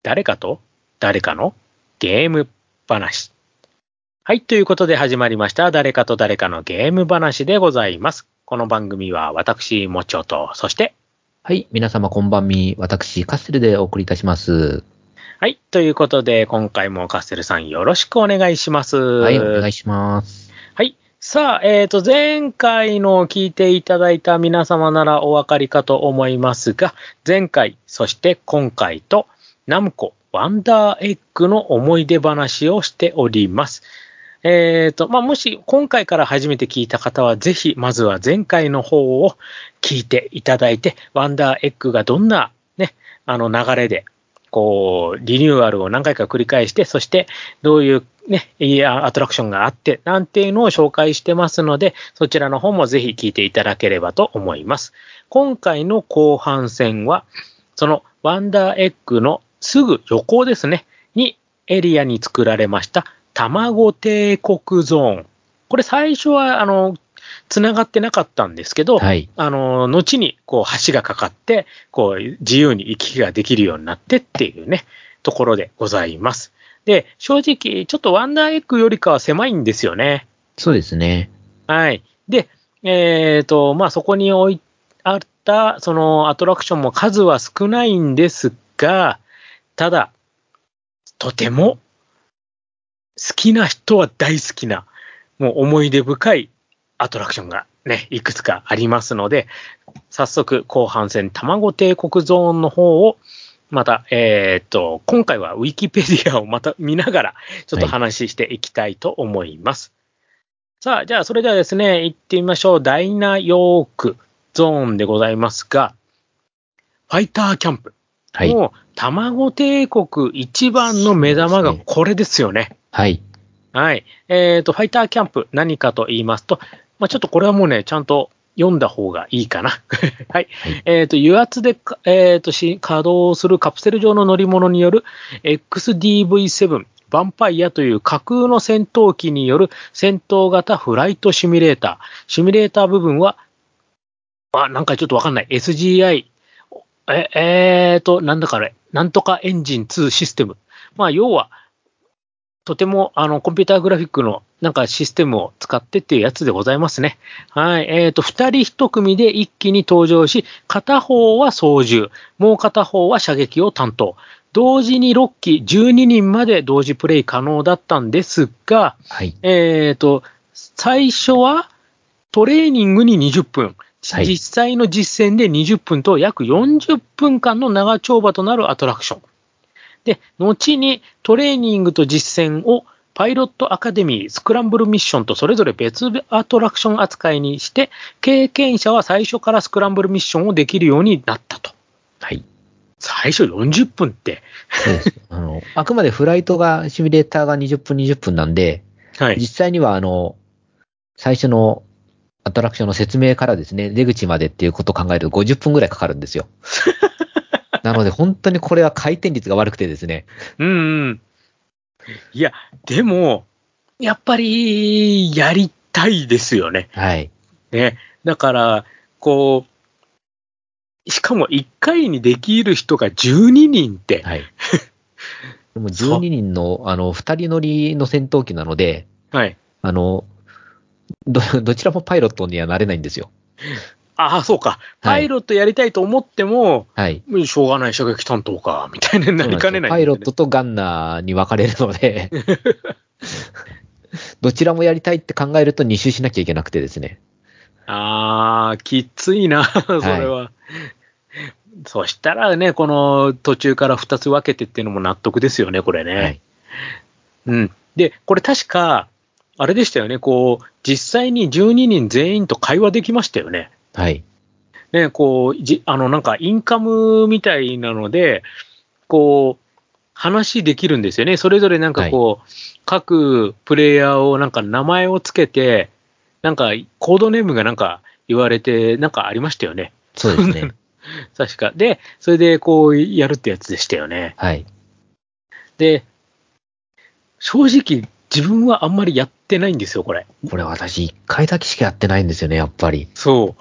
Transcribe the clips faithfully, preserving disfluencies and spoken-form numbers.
誰かと誰かのゲーム話。はい、ということで始まりました。誰かと誰かのゲーム話でございます。この番組は私、もちおと、そして、 はい、皆様こんばんみ、私、カッセルでお送りいたします。 はい、ということで、今回もカッセルさんよろしくお願いします。 はい、お願いします。 はい。さあ、えっと、前回の聞いていただいた皆様ならお分かりかと思いますが、前回、そして今回と、ナムコワンダーエッグの思い出話をしております。えっと、まあ、もし今回から初めて聞いた方は、ぜひ、まずは前回の方を聞いていただいて、ワンダーエッグがどんなね、あの流れで、こう、リニューアルを何回か繰り返して、そしてどういうね、いや、アトラクションがあって、なんていうのを紹介してますので、そちらの方もぜひ聞いていただければと思います。今回の後半戦は、そのワンダーエッグのすぐ横ですね、にエリアに作られました、卵帝国ゾーン。これ最初は、あの、繋がってなかったんですけど、 はい、 あの、後に、こう、橋がかかって、こう、自由に行き来ができるようになってっていうね、ところでございます。で、正直、ちょっとワンダーエッグよりかは狭いんですよね。 そうですね。 はい。で、えっと、まあ、そこに置いあった、そのアトラクションも数は少ないんですが、ただ、とても好きな人は大好きな、もう思い出深いアトラクションがね、いくつかありますので、早速後半戦卵帝国ゾーンの方を、また、えっと、今回はウィキペディアをまた見ながら、ちょっと話していきたいと思います。はい、さあ、じゃあそれではですね、行ってみましょう。ダイナヨークゾーンでございますが、ファイターキャンプ。 はい。 もう、卵帝国一番の目玉がこれですよね。 はい。 はい。えっと、ファイターキャンプ何かと言いますと、まあ、ちょっとこれはもうね、ちゃんと読んだ方がいいかな。はい。はい、えっと、油圧で、えっと、稼働するカプセル状の乗り物による エックスディーブイセブン ヴァンパイアという架空の戦闘機による戦闘型フライトシミュレーター。シミュレーター部分は、あ、なんかちょっとわかんない。エスジーアイ、え、えーと、なんだかあれ、なんとかエンジンツーシステム。まあ、要は、とても、あの、コンピューターグラフィックの、なんかシステムを使ってっていうやつでございますね。はい。えっと、二人一組で一気に登場し、片方は操縦、もう片方は射撃を担当。同時にろっき、じゅうににんまで同時プレイ可能だったんですが、 はい。 えっと、最初はトレーニングににじゅっぷん。 はい、 実際の実践でにじゅっぷんと約よんじゅっぷんかんの長丁場となるアトラクション。で、後にトレーニングと実践をパイロットアカデミー、スクランブルミッションとそれぞれ別アトラクション扱いにして、経験者は最初からスクランブルミッションをできるようになったと。 はい。 最初よんじゅっぷんって。 そうです。あの、あくまでフライトが、シミュレーターがにじゅっぷんにじゅっぷんなんで、 はい、 実際にはあの、最初のアトラクションの説明からですね、出口までっていうことを考えるとごじゅっぷんぐらいかかるんですよ。なので本当にこれは回転率が悪くてですね。 うんうん。いや、でも、やっぱり、やりたいですよね。 はい。 ね。だから、こう、しかもいっかいにできる人がじゅうににんって。 はい。でもじゅうににんの、あの、ふたり乗りの戦闘機なので、 はい。 あの、ど、どちらもパイロットにはなれないんですよ。 ああ、そうか。 はい。 パイロットやりたいと思っても、 はい。 しょうがない射撃担当か、みたいになりかそうなんですよ。 ねないんですよね。 パイロットとガンナーに分かれるので、どちらもやりたいって考えるとに周しなきゃいけなくてですね。 ああ、きついな、そはい。 れは。そしたらね、この途中からふたつ分けてっていうのも納得ですよね、これね。 はい。 うん。で、これ確か、あれでしたよね、こう、実際にじゅうににん全員と会話できましたよね。 はい。 ね、こう、じ、あの、なんかインカムみたいなので、こう、話できるんですよね。それぞれなんかはい。 こう、各プレイヤーをなんか名前をつけて、なんかコードネームがなんか言われて、なんかありましたよね。 そうですね。 確か。で、それでこうやるってやつでしたよね。 はい。 で、正直、 自分はあんまりやってないんですよ、これ。 これ私一回だけしかやってないんですよね、やっぱり。 そう。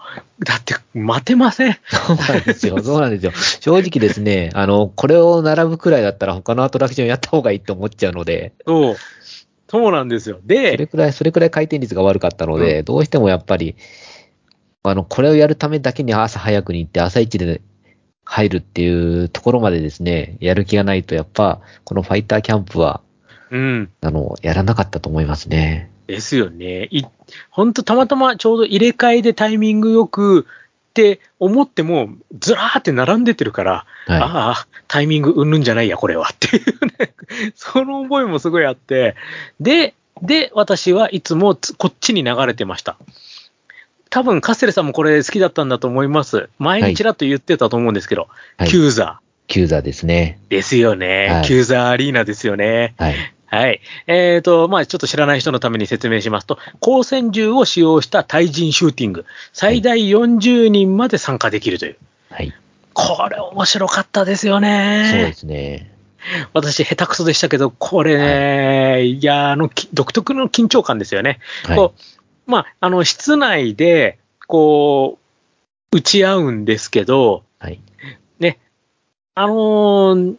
だって、待てません。 そうなんですよ、そうなんですよ。正直ですね、あの、これを並ぶくらいだったら他のアトラクションやった方がいいって思っちゃうので、 そう。そうなんですよ。 そで、 れくらい、それくらい回転率が悪かったので、 うんどうしてもやっぱり、あの、これをやるためだけに朝早くに行って朝一で入るっていうところまでですね、やる気がないと、やっぱ、このファイターキャンプは、 うん。 あの、やらなかったと思いますね。 ですよね。い、ほんとたまたまちょうど入れ替えでタイミングよくって思っても、ずらーって並んでてるから、 はい。 ああ、タイミングうんぬんじゃないや、これはっていうね、その覚えもすごいあって、で、で、私はいつもつこっちに流れてました。多分カステルさんもこれ好きだったんだと思います。前はい。 にちらっと言ってたと思うんですけど、 はい。 キューザキューザーですね。 ーですよね。 はい。 キューザーアリーナですよね。 はい。 はい。えっと、まあちょっと知らない人のために説明しますと、光線銃を使用した対人シューティング、最大よんじゅうにんまで参加できるという。 はい。 これ面白かったですよそうでね。 すね。 私、下手くそでしたけど、これはい。 ね、いや、あの、き独特の緊張感ですよね。 はい。 こう、まあ、あの、室内で、こう、打ち合うんですけど、 はい。 ね、あのー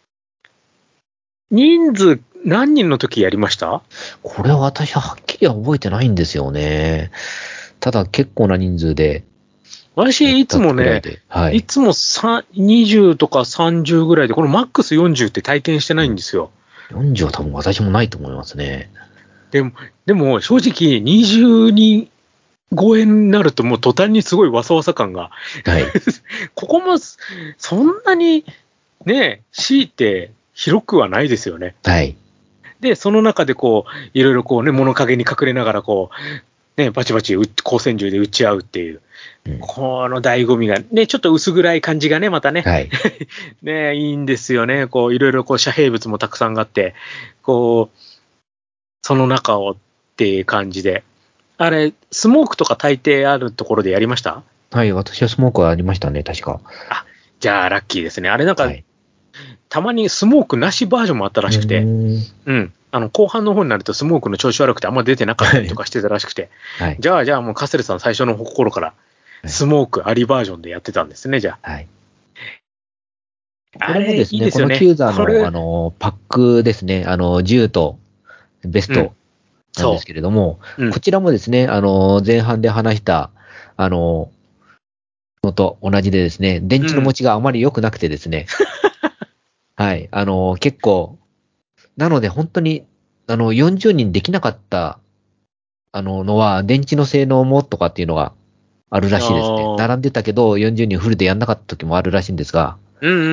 人数何人の時やりました？ これは私ははっきりは覚えてないんですよね。ただ結構な人数でやっ私、いつたもね、 くらいで。はい。 いつもさにじゅうとかさんじゅうぐらいで、このマックスよんじゅうって体験してないんですよ。 よんじゅうは多分私もないと思いますね。 でも、でも正直にじゅうにん超えになるともう途端にすごいわさわさ感が。 はい。 ここもそんなにね、強いて広くはないですよね。 はい。 で、その中でこう、いろいろこうね、物陰に隠れながらこう、ね、バチバチ光線銃で撃ち合うっていう。 うん、 この醍醐味が、ね、ちょっと薄暗い感じがね、またね、 はい。 ね、いいんですよね。こう、いろいろこう、遮蔽物もたくさんあって、こう、その中をっていう感じで。あれ、スモークとか大抵あるところでやりました？ はい。私はスモークはありましたね、確か。 あ、じゃあラッキーですね。あれなんか、 はい。 たまにスモークなしバージョンもあったうーらしくて、 ん。 うん。あの、後半の方になるとスモークの調子悪くてあんま出てなかったりとかしてたらしくて、 はい。 じゃあ、じゃあもうカセルさん最初の頃からスモークありバージョンでやってたんですね、じゃはい。 あ。 こあれ、いれもですね、こいですよね。 のキューザーの、あこれ、 の、パックですね、あの、銃とベスうん、 トなんですそけれども、 う。うん。 こちらもですね、あの、前半で話した、あの、のと同じでですね、電池の持うん。 ちがあまり良くなくてですね、はい、あの、結構、なので本当に、あの、よんじゅうにんできなかった、あの、のは、電池の性能もとかっていうのがあるらしいですね。 ああ、 並んでたけど、よんじゅうにんフルでやんなかった時もあるらしいんですが、 うん、うん、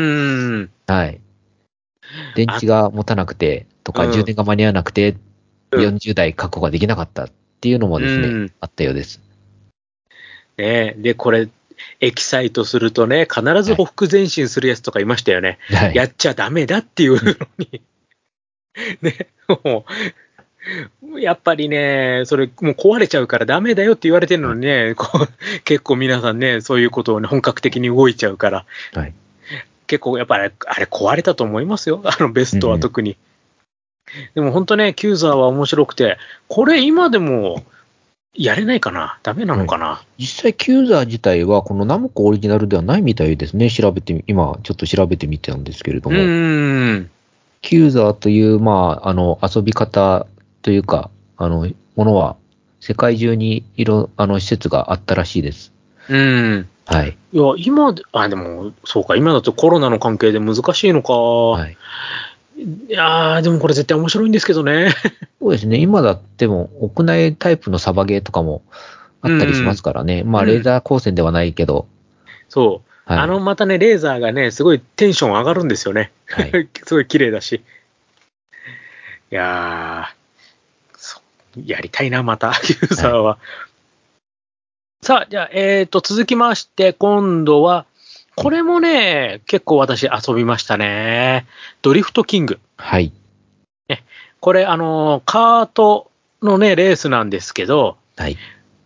うん。 はい。電あ、 池が持たなくて、とか、充うん、 電が間に合わなくて、 うん、 よんじゅうだい確保ができなかったっていうのもうですね、 ん。 あったようです。 ねで、これ、エキサイトするとね、必ずはい。 ほふ前進するやつとかいましたよね。 はい。 やっちゃダメだっていうのに。ね、もう、やっぱりね、それもう壊れちゃうからダメだよって言われてるはい。 のにね、こう結構皆さんね、そういうことをね、本格的に動いちゃうから、 はい。 結構やっぱりあれ壊れたと思いますよ。あのベストうんうん。 は特に。でも本当ね、キューザーは面白くて、これ今でもやれないかな？ダメなはい。 のかな？ 実際、キューザー自体は、このナムコオリジナルではないみたいですね。調べてみ、今、ちょっと調べてみてたんですけれどうも。 ーん。 キューザーという、まあ、あの、遊び方というか、あの、ものは、世界中にいろ、あの、施設があったらしいです。 うーん。 はい。 いや、今で、あ、でも、そうか、今だとコロナの関係で難しいのか。 はい。 いやー、でもこれ絶対面白いんですけどね。 そうですね。今だっても、屋内タイプのサバゲーとかもあうったりしまん。 すからね。まあ、レーうん。 ザー光線ではないけど、 そう。あの、 はい。 またね、レーザーがね、すごいテンション上がるんですよね。 はい。 すごい綺麗だし。いやー、そうやりたいな、また、ユーザはい。 ーは。さあ、じゃあ、えーと、続きまして、今度は、これもね、結構私遊びましたね。ドリフトキング。 はい。 ね、これ、あの、カートのね、レースなんですけど、 はい。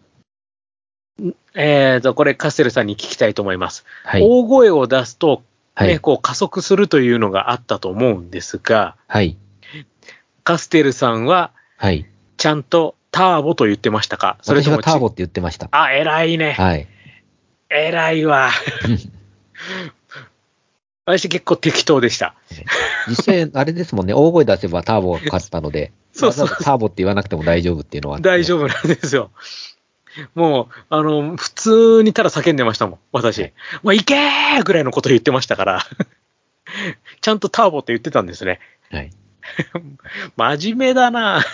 えーと、これカステルさんに聞きたいと思います。 はい。 大声を出すと、ね、 はい。 こう加速するというのがあったと思うんですが、 はい。 カステルさんははい。 ちゃんとターボと言ってましたか？それとも私はターボって言ってました。 あ、偉いね。 はい。 偉いわ。私結構適当でした。 実際、あれですもんね、大声出せばターボがかかったので、 そうそうわざわざターボって言わなくても大丈夫っていうのはあって。 大丈夫なんですよ。もう、あの、普通にただ叫んでましたもん、私。はい、もう、いけーぐらいのこと言ってましたから。ちゃんとターボって言ってたんですね。 はい。 真面目だな。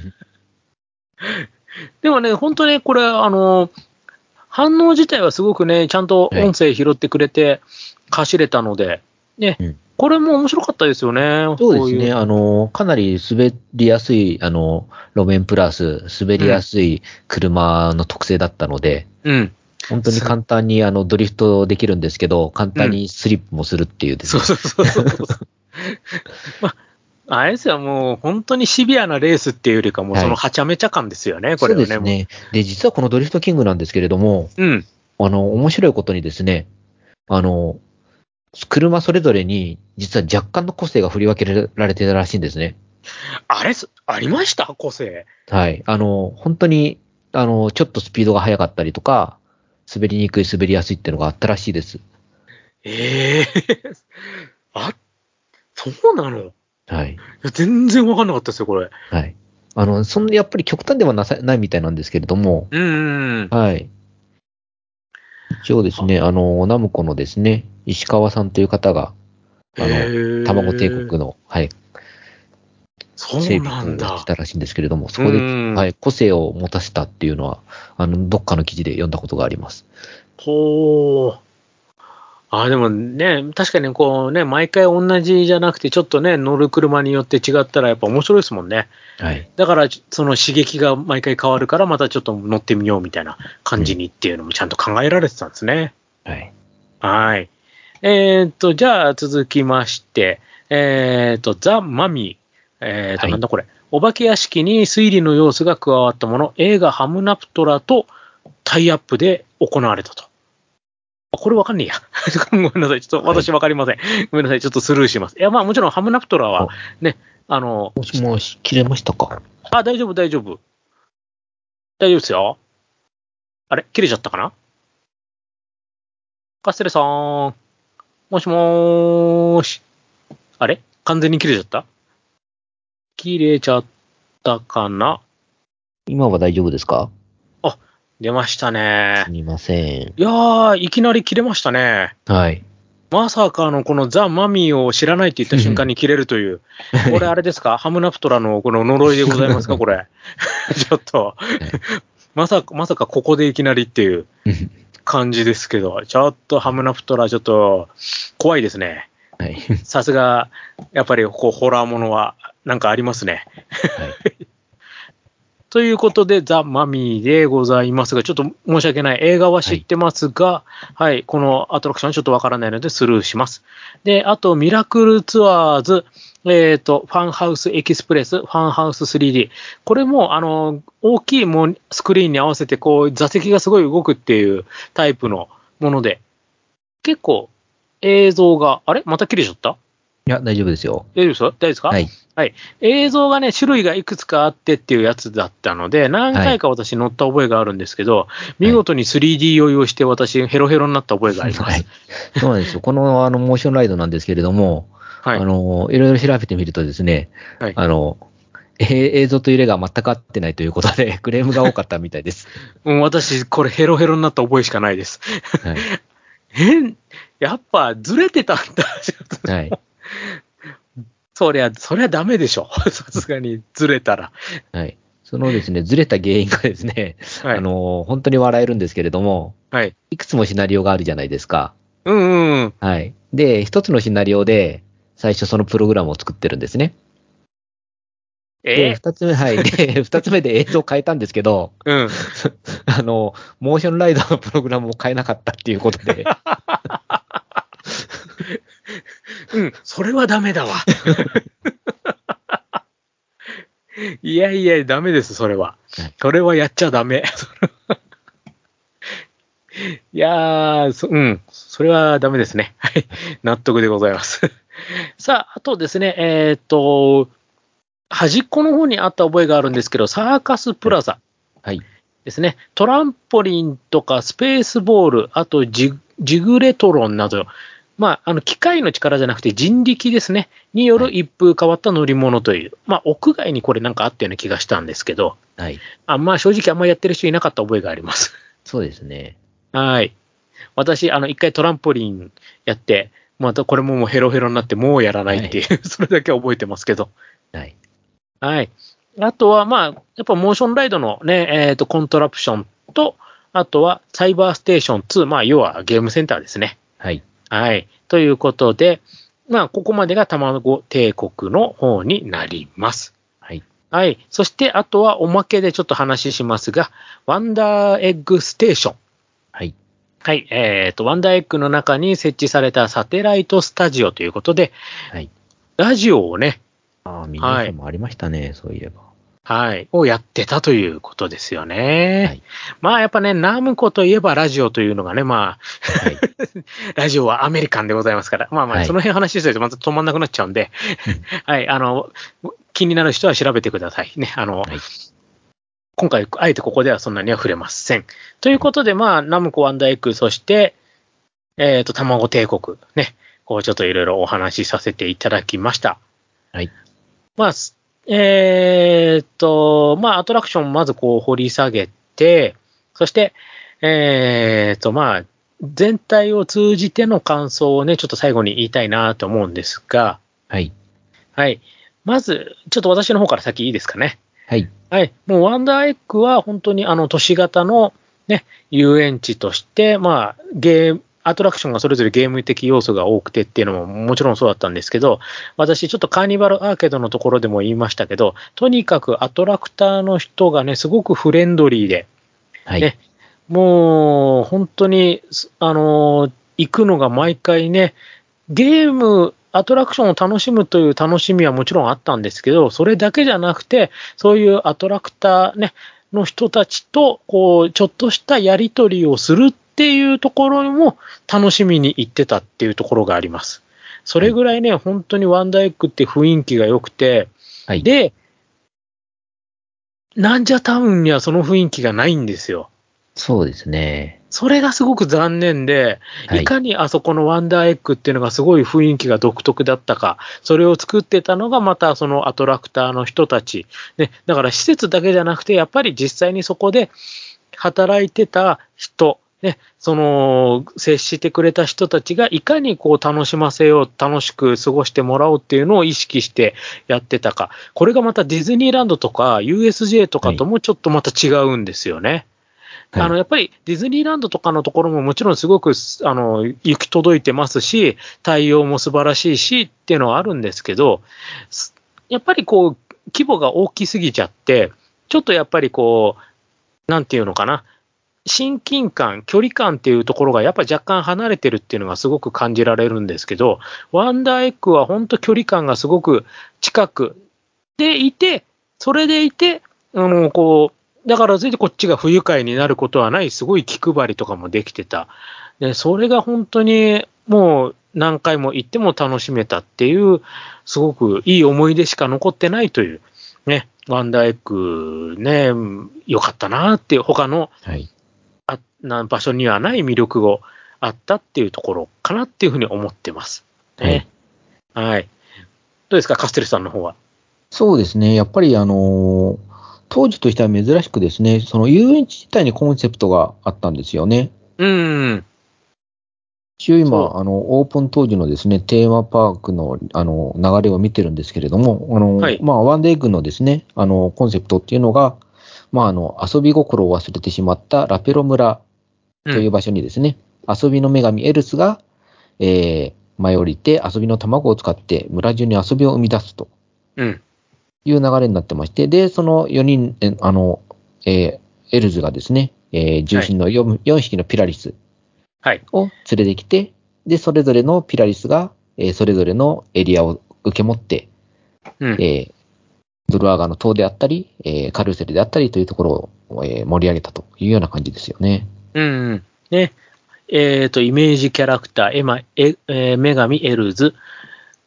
でもね、本当ね、これ、あの、反応自体はすごくね、ちゃんと音声拾ってくれて、走れたので、ね、うん、これも面白かったですよね。 そうですね。ううあの、かなり滑りやすい、あの、路面プラス、滑りやすい車の特性だったので、うん。本当に簡単にあのドリフトできるんですけど、簡単にスリップもするっていうですね。 うん、そうそうそうそうそう。まあ、あれですよ、もう本当にシビアなレースっていうよりかも、そのはちゃめちゃ感ですよね、はい、これはね。 そうですね。で、実はこのドリフトキングなんですけれども、 うん。 あの、面白いことにですね、あの、車それぞれに、実は若干の個性が振り分けられてたらしいんですね。 あれ、ありました個性。 はい。あの、本当に、あの、ちょっとスピードが速かったりとか、滑りにくい、滑りやすいっていうのがあったらしいです。 ええー、あ、そうなの？ はい。 全然わかんなかったですよ、これ。 はい。あの、そんな、やっぱり極端ではなさないみたいなんですけれども、 うん。 はい。一応ですね、あの、ナムコのですね、石川さんという方が、あの、卵帝国の、はい、整備をやってたらしいんですけれども、そこで、はい、個性を持たせたっていうのは、あの、どっかの記事で読んだことがあります。 ほー。ああ、でもね、確かにこうね、毎回同じじゃなくて、ちょっとね、乗る車によって違ったらやっぱ面白いですもんね。 はい。 だから、その刺激が毎回変わるから、またちょっと乗ってみようみたいな感じにっていうのもちゃんと考えられてたんですね。 うん、はい。 はい。えー、っと、じゃあ続きまして、えー、っと、ザ・マミー。えー、っと、なんだこれ。お化け屋敷に推理の要素が加わったもの、映画ハムナプトラとタイアップで行われたと。これわかんねえや。ごめんなさい。ちょっと私わかりません。はい、ごめんなさい。ちょっとスルーします。いや、まあもちろんハムナプトラはね、あの。 もしもし、切れましたか？ あ、大丈夫、大丈夫。大丈夫ですよ。あれ切れちゃったかな？カステレさん。もしもーし。あれ完全に切れちゃった？切れちゃったかな？ 今は大丈夫ですか？ あ、出ましたね。 すみません。 いやー、いきなり切れましたね。 はい。 まさかのこのザ・マミーを知らないって言った瞬間に切れるという。これあれですか？ハムナプトラのこの呪いでございますかこれ。ちょっと。まさか、まさかここでいきなりっていう感じですけど、ちょっとハムナプトラちょっと怖いですね。 はい。 さすが、やっぱりこうホラーものはなんかありますね。はい。ということで、ザ・マミーでございますが、ちょっと申し訳ない。映画は知ってますが、はい、はい、このアトラクションちょっとわからないのでスルーします。で、あと、ミラクルツアーズ、えっと、ファンハウスエキスプレス、ファンハウス スリーディー。これも、あの、大きいもんスクリーンに合わせて、こう、座席がすごい動くっていうタイプのもので、結構、映像が、あれまた切れちゃった？ いや、大丈夫ですよ。 大丈夫ですか？大丈夫ですか？ はい。 はい。映像がね、種類がいくつかあってっていうやつだったので、何回か私乗った覚えがあるんですけど、はい、見事に スリーディー 酔いをして私、ヘロヘロになった覚えがあります。はい。 そうなんですよ。この、あの、モーションライドなんですけれども、はい。あの、いろいろ調べてみるとですね、はい。あの、映像と揺れが全く合ってないということで、クレームが多かったみたいです。 うん、私、これヘロヘロになった覚えしかないです。はい。え、やっぱずれてたんだ。はい。そりゃ、そりゃダメでしょ。さすがにずれたら。 はい。そのですね、ずれた原因がですね、はい、あの、本当に笑えるんですけれども、はい。いくつもシナリオがあるじゃないですか。 うんうんうん。 はい。で、一つのシナリオで、最初そのプログラムを作ってるんですね。 えー、 で、二つ目、はい。で、二つ目で映像を変えたんですけど、うん。あの、モーションライダーのプログラムを変えなかったっていうことで。 うん、それはダメだわ。いやいや、ダメです、それは。それはやっちゃダメ。いやー、うん、それはダメですね。はい、納得でございます。さあ、あとですね、えっと、 端っこの方にあった覚えがあるんですけど、サーカスプラザはい。 ですね。トランポリンとかスペースボール、あとジジグレトロンなど、まあ、あの、機械の力じゃなくて人力ですね。による一風変わった乗り物という、まあ、屋外にこれなんかあったような気がしたんですけど、 はい。 あまあ、正直あんまりやってる人いなかった覚えがあります。 そうですね。 はい。私、あの、一回トランポリンやって、またこれももうヘロヘロになってもうやらないっていう、それだけは覚えてますけど。 はい。 はい。あとは、まあ、やっぱモーションライドのね、えっと、コントラプションと、あとはサイバーステーションツー、まあ、要はゲームセンターですね。 はい。 はい。ということで、まあ、ここまでが卵帝国の方になります。 はい。 はい。そして、あとはおまけでちょっと話しますが、ワンダーエッグステーション。 はい。 はい。えっと、ワンダーエッグの中に設置されたサテライトスタジオということで、 はい。 ラジオをね、 ああ、ミニ四はい。 駆もありましたね、そういえば。 はい。をやってたということですよね。 はい。 まあやっぱね、ナムコといえばラジオというのがね、まあ、 はい。 ラジオはアメリカンでございますから、まあまあ、 はい。 その辺話してるとまた止まんなくなっちゃうんで、はい。あの、気になる人は調べてくださいね。あの、 はい。 今回、あえてここではそんなには触れません。ということで、まあ、ナムコワンダーエッグ、そして、えっと、卵帝国、ね、こうちょっといろいろお話しさせていただきました。 はい。 まあ、すえーっと、まあ、アトラクションまずこう掘り下げて、そして、えーっと、まあ、全体を通じての感想をね、ちょっと最後に言いたいなと思うんですが、 はい。 はい。まず、ちょっと私の方から先いいですかね。 はい。 はい。もうワンダーエッグは本当にあの都市型のね、遊園地として、まあ、ゲーム、アトラクションがそれぞれゲーム的要素が多くてっていうのももちろんそうだったんですけど、私ちょっとカーニバルアーケードのところでも言いましたけど、とにかくアトラクターの人がね、すごくフレンドリーで、 はい。 ね、もう本当に、あの、行くのが毎回ね、ゲーム、アトラクションを楽しむという楽しみはもちろんあったんですけど、それだけじゃなくて、そういうアトラクターね、の人たちと、こう、ちょっとしたやりとりをするっていうところも楽しみに行ってたっていうところがあります。それぐらいね、本当にワンダーエッグって雰囲気が良くて、 はい。 で、なんじゃタウンにはその雰囲気がないんですよ。 そうですね。 それがすごく残念で、 はい。 いかにあそこのワンダーエッグっていうのがすごい雰囲気が独特だったか、それを作ってたのがまたそのアトラクターの人たち。ね、だから施設だけじゃなくて、やっぱり実際にそこで働いてた人、ね、その、接してくれた人たちがいかにこう楽しませよう、楽しく過ごしてもらおうっていうのを意識してやってたか。これがまたディズニーランドとか ユーエスジェー とかともちょっとまた違うんですよね。 はい。 あの、やっぱりディズニーランドとかのところももちろんすごく、あの、行き届いてますし、対応も素晴らしいしっていうのはあるんですけど、やっぱりこう、規模が大きすぎちゃって、ちょっとやっぱりこう、なんていうのかな、親近感、距離感っていうところがやっぱり若干離れてるっていうのがすごく感じられるんですけど、ワンダーエッグは本当距離感がすごく近くでいて、それでいて、あの、こう、だから全然こっちが不愉快になることはない、すごい気配りとかもできてた。で、それが本当にもう何回も行っても楽しめたっていう、すごくいい思い出しか残ってないという、ね、ワンダーエッグね、良かったなっていう、他のはい。 あな場所にはない魅力があったっていうところかなっていうふうに思ってます。 はい。 ね。はい。どうですか、カステルさんの方は。 そうですね。やっぱりあのー当時としては珍しくですね、その遊園地自体にコンセプトがあったんですよね。 うーん。 一応今、 そあの、オープン当時のですね、テーマパークの、あの、流れを見てるんですけれども、あう。はの、 い。 まあ、ワンデーグのですね、あの、コンセプトっていうのが、まあ、あの、遊び心を忘れてしまったラペロ村うん。 という場所にですね、遊びの女神エルスが、えー、舞い降りて遊びの卵を使って村中に遊びを生み出すとうん。 いう流れになってまして、で、そのよにん、えあの、えーエルズがですね、えー重はい。 心の 4, よんひきのピラリスはい。 を連れてきて、で、それぞれのピラリスが、えーそれぞれのエリアを受け持って、 うん。 えードルアーガの塔であったり、えーカルーセルであったりというところを、えー盛り上げたというような感じですよね。 うん。ね。えっと、イメージキャラクター、エマ、え、えー女神エルズ、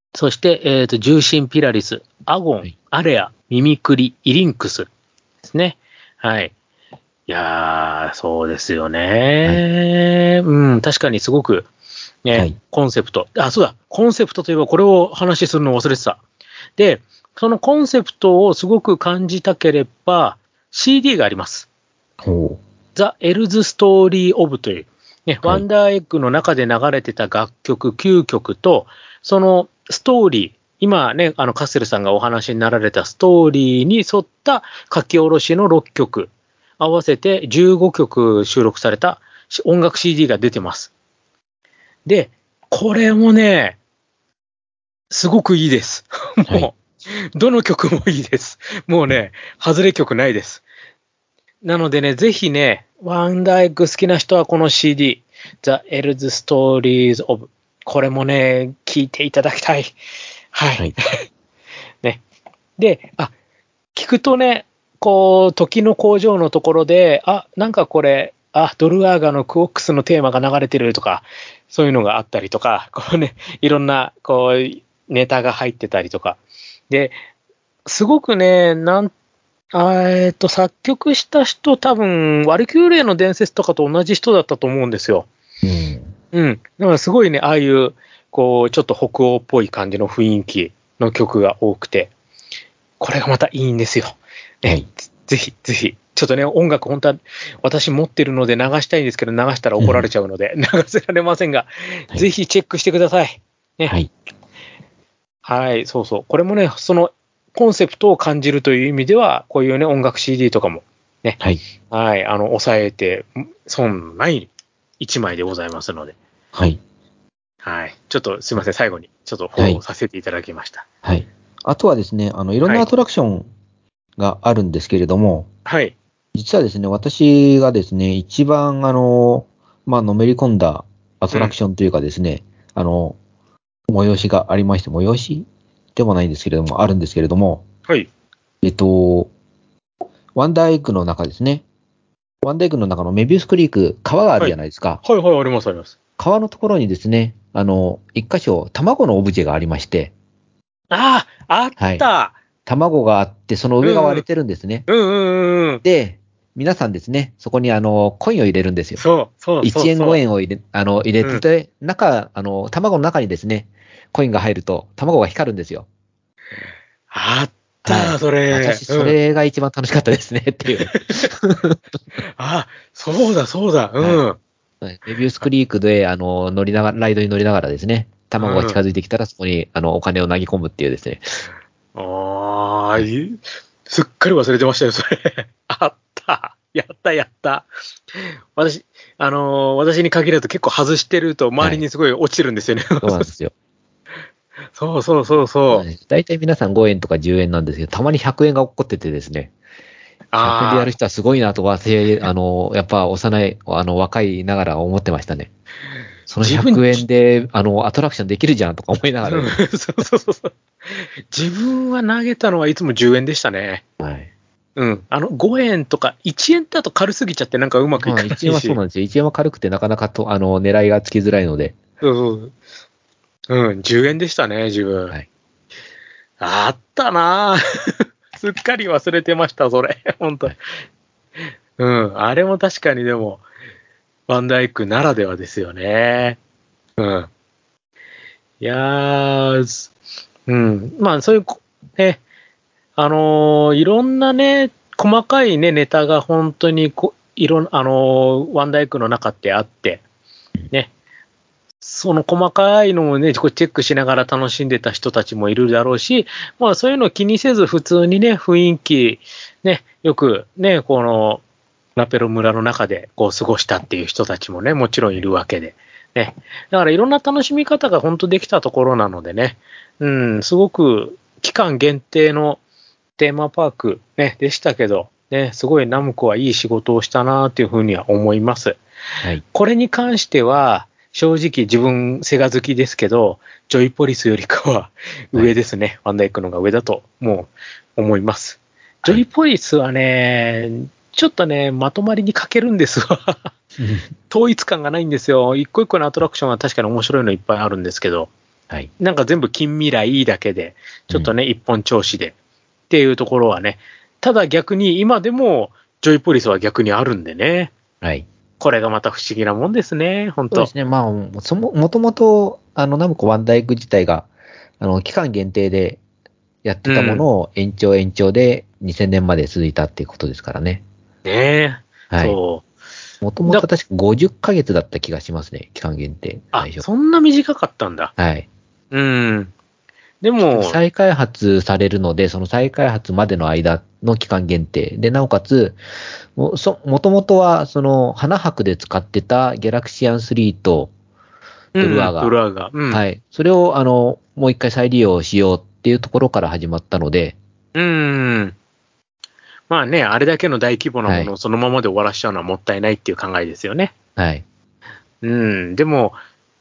そして、えっ、と、重心ピラリス、アゴン、はい、アレア、ミミクリ、イリンクスですね。はい。いやー、そうですよね、はい。うん、確かにすごく、ね、はい、コンセプト。あ、そうだ、コンセプトといえばこれを話するのを忘れてた。で、そのコンセプトをすごく感じたければ、シーディー があります。 ほう。 ザ・エルズ・ストーリー・オブという、ね、はい、ワンダーエッグの中で流れてた楽曲きゅうきょくと、そのストーリー、今ね、あのカッセルさんがお話になられたストーリーに沿った書き下ろしのろっきょく、合わせてじゅうごきょく収録された音楽 シーディー が出てます。で、これもね、すごくいいです。もう、はい、どの曲もいいです。もうね、外れ曲ないです。なのでね、ぜひね、ワンダーエッグ好きな人はこの シーディー、The Elves Stories of、これもね、聴いていただきたい。はい。はい、ね。で、あ、聞くとね、こう、時の工場のところで、あ、なんかこれ、あ、ドルアーガのクオックスのテーマが流れてるとか、そういうのがあったりとか、こうね、いろんな、こう、ネタが入ってたりとか。で、すごくね、なんえっと、作曲した人、多分、ワルキューレの伝説とかと同じ人だったと思うんですよ。 うん。 うん。だからすごいね、ああいう、こう、ちょっと北欧っぽい感じの雰囲気の曲が多くて、これがまたいいんですよ。ね。はい、ぜひ、ぜひ。ちょっとね、音楽本当は私持ってるので流したいんですけど、流したら怒られちゃうので、うん、流せられませんが、はい、ぜひチェックしてください。ね。はい。はい、そうそう。これもね、その、コンセプトを感じるという意味では、こういうね、音楽 シーディー とかもね、はい。はい、あの、抑えて、損ない一枚でございますので。 はい。 はい。ちょっとすいません、最後にちょっとフォローさせていただきました。 はい。はい、あとはですね、あの、いろんなアトラクションがあるんですけれども、はい。実はですね、私がですね、一番、あの、まあ、のめり込んだアトラクションというかですね、うん、あの、催しがありまして、催しでもないんですけれども、あるんですけれども、はい。えっと、ワンダーエッグの中ですね。ワンダーエッグの中のメビウスクリーク、川があるじゃないですか。 はい、はい、はい、あります、あります。 川のところにですね、あの、一箇所、卵のオブジェがありまして。 ああ、あった、はい。 卵があって、その上が割れてるんですね。 うんうんうんうん。 で、皆さんですね、そこにあの、コインを入れるんですよ。 そう、そう、そう。 いちえんごえんを入れ、あの、入れてて、うん、中、あの、卵の中にですね、コインが入ると、卵が光るんですよ。 あったー、はい、それ。 私、それが一番楽しかったですね、っていう。 あ、そうだ、そうだ、うん。 はい、メビウスクリークで、あの、乗りながら、ライドに乗りながらですね、卵が近づいてきたら、そこに、あの、お金を投げ込むっていうですね。 ああ、はい、すっかり忘れてましたよ、それ。あった。やった、やった。私、あのー、私に限らず結構外してると、周りにすごい落ちてるんですよね。はい、 そうなんですよ。 そうそうそうそう。 大体皆さんごえんとかじゅうえんなんですけど、たまにひゃくえんが起こっててですね。ひゃくえんでやる人はすごいなと、私、あの、やっぱ幼い、あの、若いながら思ってましたね。そのひゃくえんで、あの、アトラクションできるじゃんとか思いながら、ね。 そうそうそうそう。自分は投げたのはいつもじゅうえんでしたね。はい。うん。あの、ごえんとかいちえんだと軽すぎちゃってなんかうまくいかないし。まあ、いちえんはそうなんですよ。いちえんは軽くてなかなかと、あの、狙いがつきづらいので。 そうそうそう。うん、じゅうえんでしたね、自分。はい。あったなぁ。すっかり忘れてました、それ。本当、はい、うん。あれも確かにでも、ワンダーエッグならではですよね。うん。いやー、うん。まあ、そういう、ね、あのー、いろんなね、細かいね、ネタが本当にこ、いろん、あのー、ワンダーエッグの中ってあって、ね。その細かいのをね、チェックしながら楽しんでた人たちもいるだろうし、まあそういうのを気にせず普通にね、雰囲気、ね、よくね、このラペロ村の中でこう過ごしたっていう人たちもね、もちろんいるわけで、ね。だからいろんな楽しみ方が本当できたところなのでね、うん、すごく期間限定のテーマパークね、でしたけど、ね、すごいナムコはいい仕事をしたなというふうには思います。はい。これに関しては、正直自分セガ好きですけど、ジョイポリスよりかは上ですね。はい、ワンダーエッグの方が上だともう思います。ジョイポリスはね、ちょっとね、まとまりに欠けるんですわ。統一感がないんですよ。一個一個のアトラクションは確かに面白いのいっぱいあるんですけど、 はい。 なんか全部近未来だけで、ちょっとね、うん、一本調子でっていうところはね、ただ逆に今でもジョイポリスは逆にあるんでね。 はい。 これがまた不思議なもんですね、本当。 そうですね。まあ、そも、もともと、あの、ナムコワンダイク自体が、あの、期間限定でやってたものを延長延長でにせんねんまで続いたっていうことですからね。 ねえ。 はい。 そう。 もともと確かごじゅっかげつだった気がしますね。期間限定。 あ、 最初。 そんな短かったんだ。 はい。 うん。でも、 再開発されるので、その再開発までの間の期間限定。で、なおかつ、もそもともとは、その、花博で使ってたギャラクシアンスリーとドルアうん、ドガ、 ルアガ。うん。 はい。それを、あの、もう一回再利用しようっていうところから始まったので、 うん。まあね、あれだけの大規模なはい。 ものをそのままで終わらしちゃうのはもったいないっていう考えですよね。 はい。 うん。でも、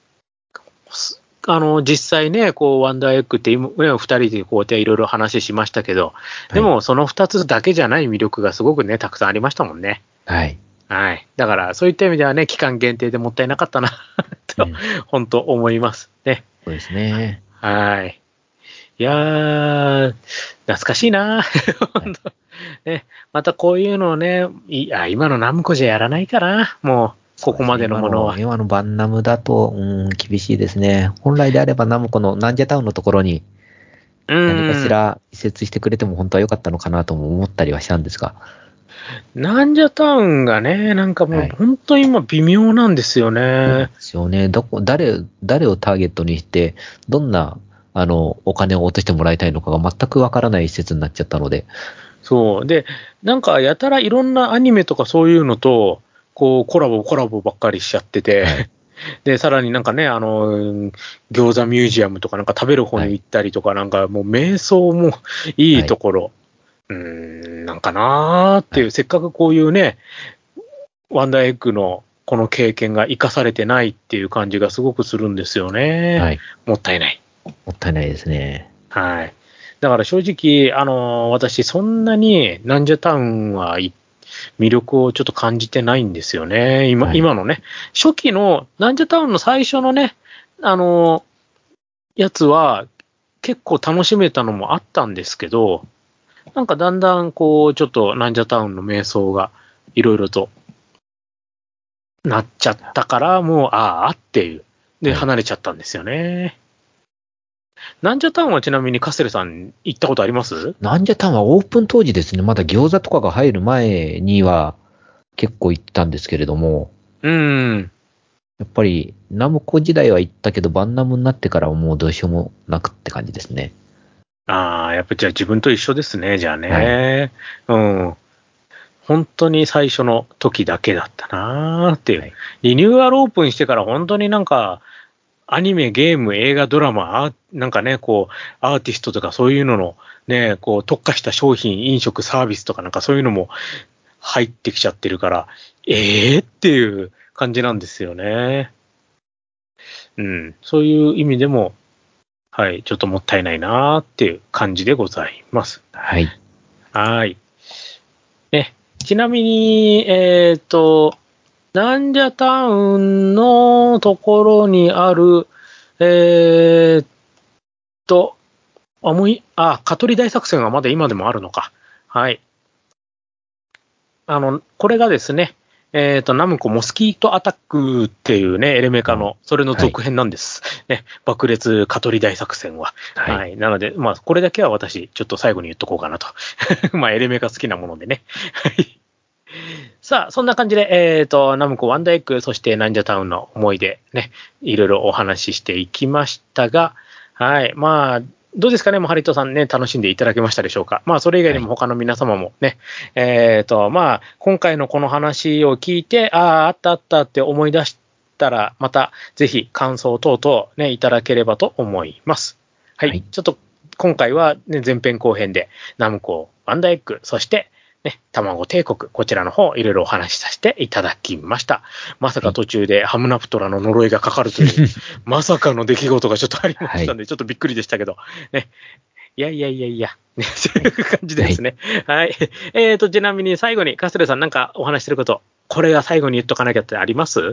あの、実際ね、こう、ワンダーエッグって今、ね、二人でこうやっていろいろ話しましたけど、ではい。 もその二つだけじゃない魅力がすごくね、たくさんありましたもんね。 はい。 はい。だから、そういった意味ではね、期間限定でもったいなかったなと、 うん。 本当思いますね。 そうですね。 はい。いやー、懐かしいなはい。 本当ね。またこういうのをね、いや、今のナムコじゃやらないかな。もう、こそうですね。 こまでの今の、 ものは。 今のバンナムだと、うん、厳しいですね。本来であればナムコのナンジャタウンのところにう何かしーん。 ら移設してくれても本当は良かったのかなとも思ったりはしたんですが。 ナンジャタウンがね、なんかもうはい。 本当に今微妙なんですよね。 そうなんですよね。どこ、誰、誰をターゲットにして、どんな、あの、お金を落としてもらいたいのかが全くわからない施設になっちゃったので。 そう。で、なんかやたらいろんなアニメとかそういうのと、こうコラボコラボばっかりしちゃってて、 はい。 で、さらになんかね、あの、餃子ミュージアムとかなんか食べる方はい。 に行ったりとか、なんかもう瞑想もいいはい。 ところ、うーん、なんかなーっていう、 はい。 せっかくこういうね、ワンダーエッグのこの経験が生かされてないっていう感じがすごくするんですよね。 はい。 もったいない。 もったいないですね。 はい。だから正直、あの、私そんなにナンジャタウンはい魅力をちょっと感じてないんですよね。今、 はい。 今のね。初期のナンジャタウンの最初のね、あの、やつは結構楽しめたのもあったんですけど、なんかだんだんこう、ちょっとナンジャタウンの瞑想がいろいろとなっちゃったから、もう、ああっていう。で、 はい。 離れちゃったんですよね。ナンジャタウンはちなみにカステルさん行ったことあります？ なんじゃたんはオープン当時ですね、まだ餃子とかが入る前には結構行ったんですけれども、 うーん。 やっぱりナムコ時代は行ったけど、バンナムになってからはもうどうしようもなくって感じですね。 ああ、やっぱじゃあ自分と一緒ですね、じゃあはい。 ね。うん。本当に最初の時だけだったなーっていう。 はい。 リニューアルオープンしてから本当になんか、アニメ、ゲーム、映画、ドラマ、あなんかね、こう、アーティストとかそういうのの、ね、こう、特化した商品、飲食、サービスとかなんかそういうのも入ってきちゃってるから、ええー、っていう感じなんですよね。うん。そういう意味でも、はい、ちょっともったいないなーっていう感じでございます。 はい。 はい。ね、ちなみに、えっと、ナンジャタウンのところにある、えーっと、あ、もうい、あ、蚊取り大作戦はまだ今でもあるのか。はい。あの、これがですね、えーっと、ナムコモスキートアタックっていうね、エレメカあ、 の、それのはい。 続編なんです。ね、爆裂蚊取り大作戦は。 はい。 はい。なので、まあ、これだけは私、ちょっと最後に言っとこうかなと。まあ、エレメカ好きなものでね。はい。さあ、そんな感じで、えっと、ナムコワンダーエッグ、そしてナンジャタウンの思い出、ね、いろいろお話ししていきましたが、はい。まあ、どうですかね、もうハリトさんね、楽しんでいただけましたでしょうか。まあ、それ以外にもはい。 他の皆様もね、えっと、まあ、今回のこの話を聞いて、ああ、あったあったって思い出したら、また、ぜひ感想等々ね、いただければと思います。はい。 はい。 ちょっと、今回はね、前編後編で、ナムコワンダーエッグ、そして、ね、卵帝国、こちらの方、いろいろお話しさせていただきました。まさはい。 か途中でハムナプトラの呪いがかかるという、まさかの出来事がちょっとありまはい。 したんで、ちょっとびっくりでしたけど、ね、いやいやいやいや、ね、そうはい。 いう感じではい。 すね。はい。えーと、ちなみに最後にカステルさんなんかお話しすること、これが最後に言っとかなきゃってあります？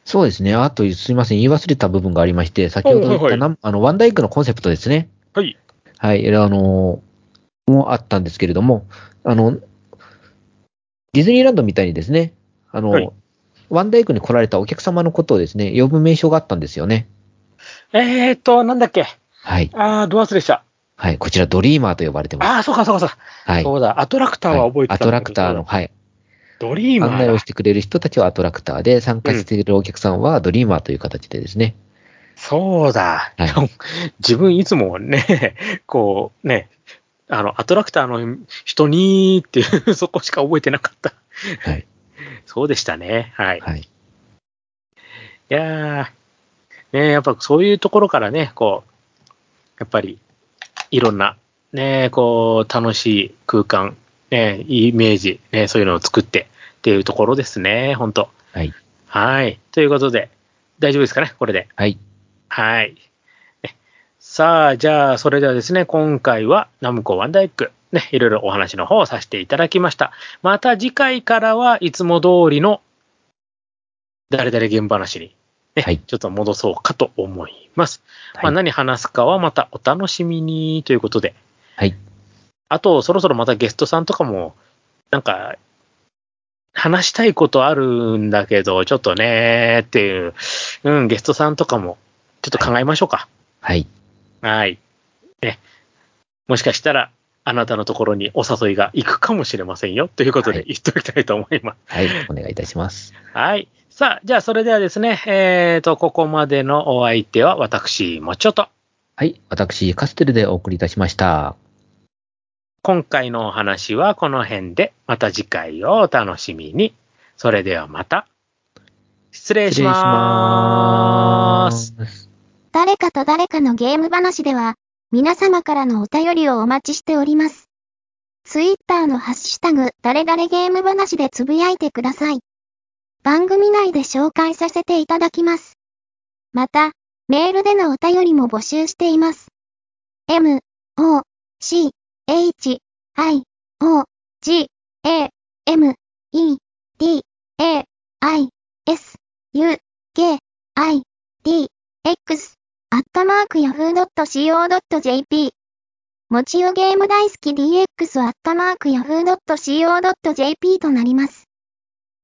そうですね。あと、すいません。言い忘れた部分がありまして、先ほど言ったな、あの、ワンダイクのコンセプトですね。 はい。 はい。あの、もあったんですけれども、あの、ディズニーランドみたいにですね、あの、 はい。 ワンダイクに来られたお客様のことをですね、呼ぶ名称があったんですよね。 えーっと、なんだっけ。 はい。 あー、ど忘れした。 はい。こちらドリーマーと呼ばれてまあー、 す。 そうか、そうか、そうか。 はい。 そうだ、アトラクターはい。 は覚えてアトたんだけど、そラクターの、 うだ。 はい。 ドリーマーだ。 案内をしてくれる人たちはアトラクターで、参加しうん。 ているお客さんはドリーマーという形でですね。 そうだ。 はい。 自分いつもね、こうね、あの、アトラクターの人にーっていう、そこしか覚えてなかった。 はい。 そうでしたね。はい。 はい。 いやー、ね、やっぱそういうところからね、こう、やっぱりいろんな、ね、こう、楽しい空間、ね、イメージ、ね、そういうのを作ってっていうところですね、本当はい。 はい。ということで、大丈夫ですかね、これで。 はい。 はい。ねさあ、じゃあ、それではですね、今回はナムコワンダイク、ね、いろいろお話の方をさせていただきました。また次回からはいつも通りの誰々現話に、ね、 はい。 ちょっと戻そうかと思います。まあ、 はい。 何話すかはまたお楽しみにということで、 はい。 あと、そろそろまたゲストさんとかも、なんか、話したいことあるんだけど、ちょっとねーっていう、うん、ゲストさんとかも、ちょっとはい。 考えましょうか。 はい。 はい。ね。もしかしたら、あなたのところにお誘いが行くかもしれませんよ。ということはい。 で言っておきたいと思います。 はい。お願いいたします。 はい。さあ、じゃあそれではですね、えーと、ここまでのお相手は私、もちょと。 はい。私、カステルでお送りいたしました。 今回のお話はこの辺で、また次回をお楽しみに。それではまた。失礼し失礼しままーす。 ーす。 誰かと誰かのゲーム話では、皆様からのお便りをお待ちしております。ツイッターのハッシュタグ、誰々ゲーム話でつぶやいてください。番組内で紹介させていただきます。また、メールでのお便りも募集しています。m, o, c, h, i, o, g, a, m, e, d, a, i, s, u, k, i, d, x、アットマークヤフー .co.jp。もちよゲーム大好き ディーエックス アットマークヤフー .co.jp となります。